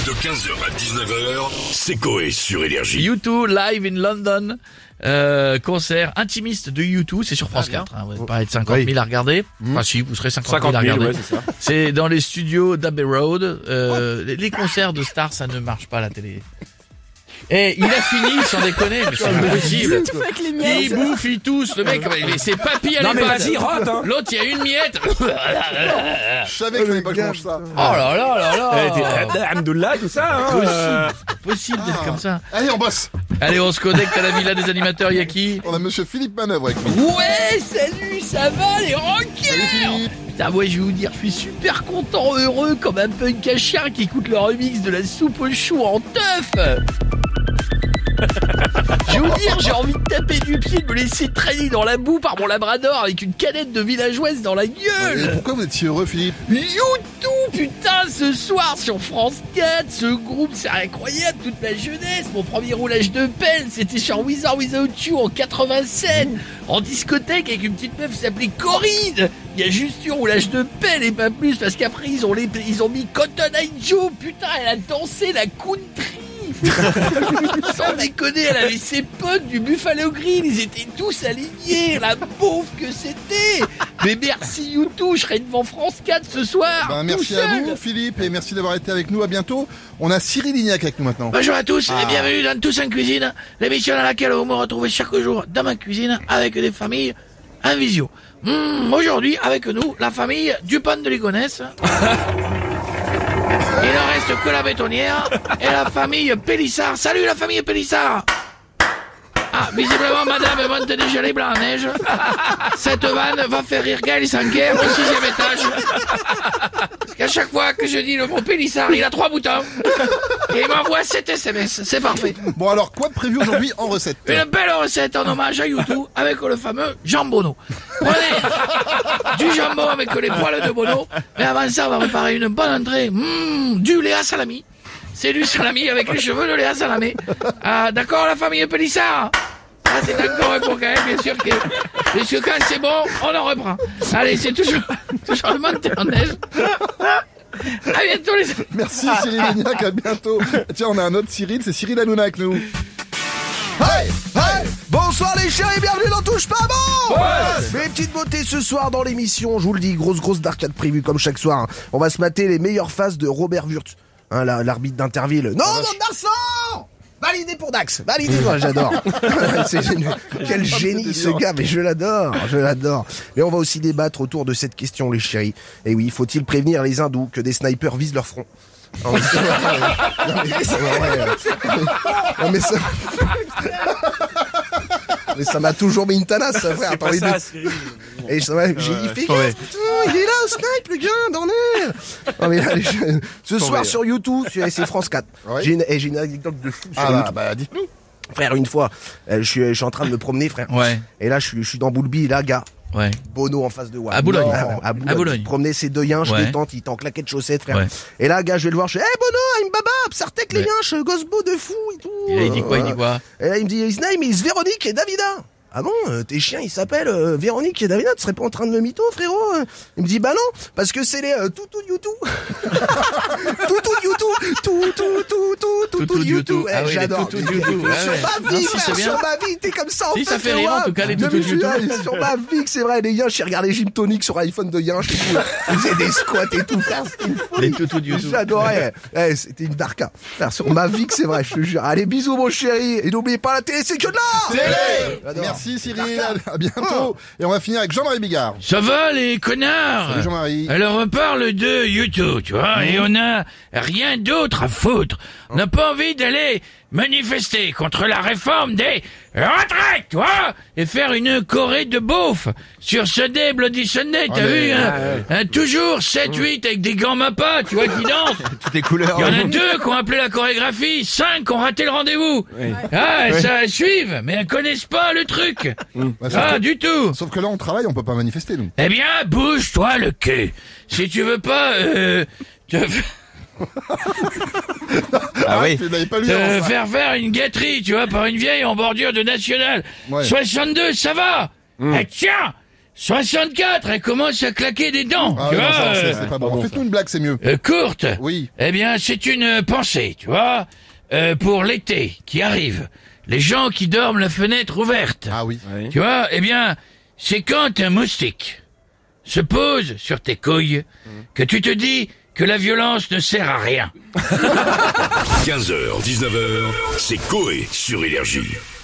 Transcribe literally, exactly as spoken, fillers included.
De quinze heures à dix-neuf heures, c'est Coé sur Énergie. U deux live in London, euh, concert intimiste de U deux, c'est sur France quatre, hein, vous n'allez pas être cinquante mille à regarder, mmh. Enfin si, vous serez cinquante mille à regarder. Ouais, c'est ça. C'est dans les studios d'Abbey Road, euh, les, les concerts de stars ça ne marche pas à la télé. Et il a fini, sans déconner, mais c'est impossible. Il bouffe, il tousse, le mec, c'est papy à Non mais l'épate. vas-y, rote, hein. L'autre, il y a une miette. Je savais qu'il fallait pas que je mange ça. Oh là là là là. Alhamdoulilah, tout ça, hein. Possible, possible d'être comme ça. Allez, on bosse. Allez, on se connecte à la villa des animateurs, Yaki. On a monsieur Philippe Manœuvre avec nous. Ouais, salut, ça va les rockers? Putain, moi je vais vous dire, je suis super content, heureux, comme un punk à chien qui écoute le remix de la soupe aux choux en teuf. Je vais vous dire, j'ai envie de taper du pied, de me laisser traîner dans la boue par mon labrador avec une canette de villageoise dans la gueule. Et pourquoi vous êtes si heureux, Philippe? U deux, putain, ce soir sur France quatre, ce groupe, c'est incroyable, toute ma jeunesse. Mon premier roulage de pelle, c'était sur With or Without You en quatre-vingt-sept, en discothèque avec une petite meuf qui s'appelait Corinne. Il y a juste eu roulage de pelle et pas plus, parce qu'après ils ont, les, ils ont mis Cotton Eye Joe, putain, elle a dansé la country. Sans déconner, elle avait ses potes du Buffalo Grill, ils étaient tous alignés, la bouffe que c'était. Mais merci U deux, je serai devant France quatre ce soir. Ben, merci tout à seul. vous, Philippe, et merci d'avoir été avec nous. À bientôt. On a Cyril Lignac avec nous maintenant. Bonjour à tous Ah. et bienvenue dans Tous en Cuisine, l'émission dans laquelle vous me retrouvez chaque jour dans ma cuisine avec des familles en visio. Mmh, aujourd'hui, avec nous, la famille Dupont de Ligonnès. Il ne reste que la bétonnière et la famille Pélissard. Salut la famille Pélissard. Ah, visiblement, madame monte déjà les blancs en neige. Cette vanne va faire rire Gaël Sanquer au sixième étage. Parce qu'à chaque fois que je dis le mot Pélissard, il a trois boutons. Et il m'envoie sept S M S. C'est parfait. Bon, alors, quoi de prévu aujourd'hui en recette? Une belle recette en hommage à U deux avec le fameux jambonneau. Prenez du jambon avec les poils de Bono. Mais avant ça, on va préparer une bonne entrée. Mmh, du Léa Salami. C'est du salami avec les cheveux de Léa Salamé. Ah, d'accord, la famille Pélissard? Ah, c'est encore un pour quand même, bien sûr que, bien sûr, quand c'est bon, on en reprend. Allez, c'est toujours, toujours le monté en neige. À bientôt, les amis. Merci Cyril Lignac, à bientôt. Tiens, on a un autre Cyril, c'est Cyril Hanouna avec nous. Hey, hey, bonsoir les chéris, bienvenue dans Touche pas bon. Ouais. Mes petites beautés ce soir dans l'émission, je vous le dis, grosse grosse d'arcade prévue comme chaque soir. On va se mater les meilleures phases de Robert Wurtz, hein, la- l'arbitre d'Interville. Non, non, Marsan, validé pour Dax, validé, moi j'adore. C'est génial. Quel génie ce gars, mais je l'adore, je l'adore. Mais on va aussi débattre autour de cette question les chéris. Et oui, faut-il prévenir les hindous que des snipers visent leur front? Non mais c'est vrai, non, mais c'est vrai, euh, non, mais ça... Mais ça m'a toujours mis une tanasse, ça, frère. Attends, ça, de... Et ça m'a... J'ai dit, fais gaffe, putain, il est là, au snipe, le gars, dans l'air. Non, mais là, je... ce soir sur U deux, sur c'est France quatre. Ouais. J'ai une... eh, j'ai une anecdote de fou sur Ah U deux. bah, bah dites-nous. Frère, une fois, euh, je suis, je suis en train de me promener, frère. Ouais. Et là, je suis, je suis dans Boulby, là, gars. Ouais. Bono en face de Watt. À Boulogne. Non, à, à Boulogne. À Boulogne. Promener ses deux yinches, Ouais. détente, il est en claquette chaussettes, frère. Ouais. Et là, gars, je vais le voir, je fais, hey Bono, I'm Baba, Psartek les Ouais. yinches, Gosbo de fou et tout. Et là, il dit quoi, il dit quoi? Et là, il me dit, his name is Véronique et Davida. Ah bon, euh, tes chiens ils s'appellent euh, Véronique et Davida, tu serais pas en train de me mytho, frérot? Il me dit bah non, parce que c'est les euh, toutous de YouTube. Toutous de YouTube, tout tout tout tout Toutou de YouTube. Eh, Ah oui, les j'adore. toutous de YouTube. Ouais, Sur ouais. ma Non, vie, si, frère, c'est bien. sur ma vie, t'es comme ça en Si, fait. ça fait rire, en tout cas, les Non, toutous de mais YouTube. je- Sur ma vie que c'est vrai, les yinches, j'ai regardé Gym Tonic sur iPhone de yinches et tout. Ils faisaient des squats et tout, frère. C'était une folie. Les toutous de YouTube. J'adorais. Eh, c'était une darka. Frère, sur ma vie que c'est vrai, je te jure. Allez, bisous mon chéri. Et n'oubliez pas la télé, c'est que de là. Télé. J'adore. Merci Cyril, à bientôt. Et on va finir avec Jean-Marie Bigard. Ça va les connards? Salut Jean-Marie. Alors on parle de U deux, tu vois, et on a rien d'autre à foutre. On n'a pas envie d'aller manifester contre la réforme des retraites, tu vois, et faire une Corée de beauf sur Sunday Bloody Sunday, t'as Ah, mais- vu, hein, ouais, hein, toujours sept huit avec des gants mappas, tu vois, qui dansent. Toutes les couleurs. Il y en a deux qui ont appelé la chorégraphie, cinq qui ont raté le rendez-vous. Ah, ça suivent, mais elles connaissent pas le truc. Bah, sauf, Ah, que, du tout. sauf que là on travaille, on peut pas manifester nous. Eh bien, bouge-toi le cul. Si tu veux pas, euh, te, Ah oui. Tu l'avais pas lu te avant ça. faire faire une gâterie, tu vois, par une vieille en bordure de National. Ouais. soixante-deux, ça va. Eh, tiens, soixante-quatre, elle commence à claquer des dents, Ah tu oui, non, vois. ça, c'est- euh, c'est pas bon. Faites-nous une blague, c'est mieux. euh, courte. Oui. Eh bien, c'est une euh, pensée, tu vois, euh, pour l'été qui arrive. Les gens qui dorment la fenêtre ouverte. Ah oui. Tu vois, eh bien, c'est quand un moustique se pose sur tes couilles que tu te dis que la violence ne sert à rien. quinze heures, dix-neuf heures, c'est Coé sur Énergie.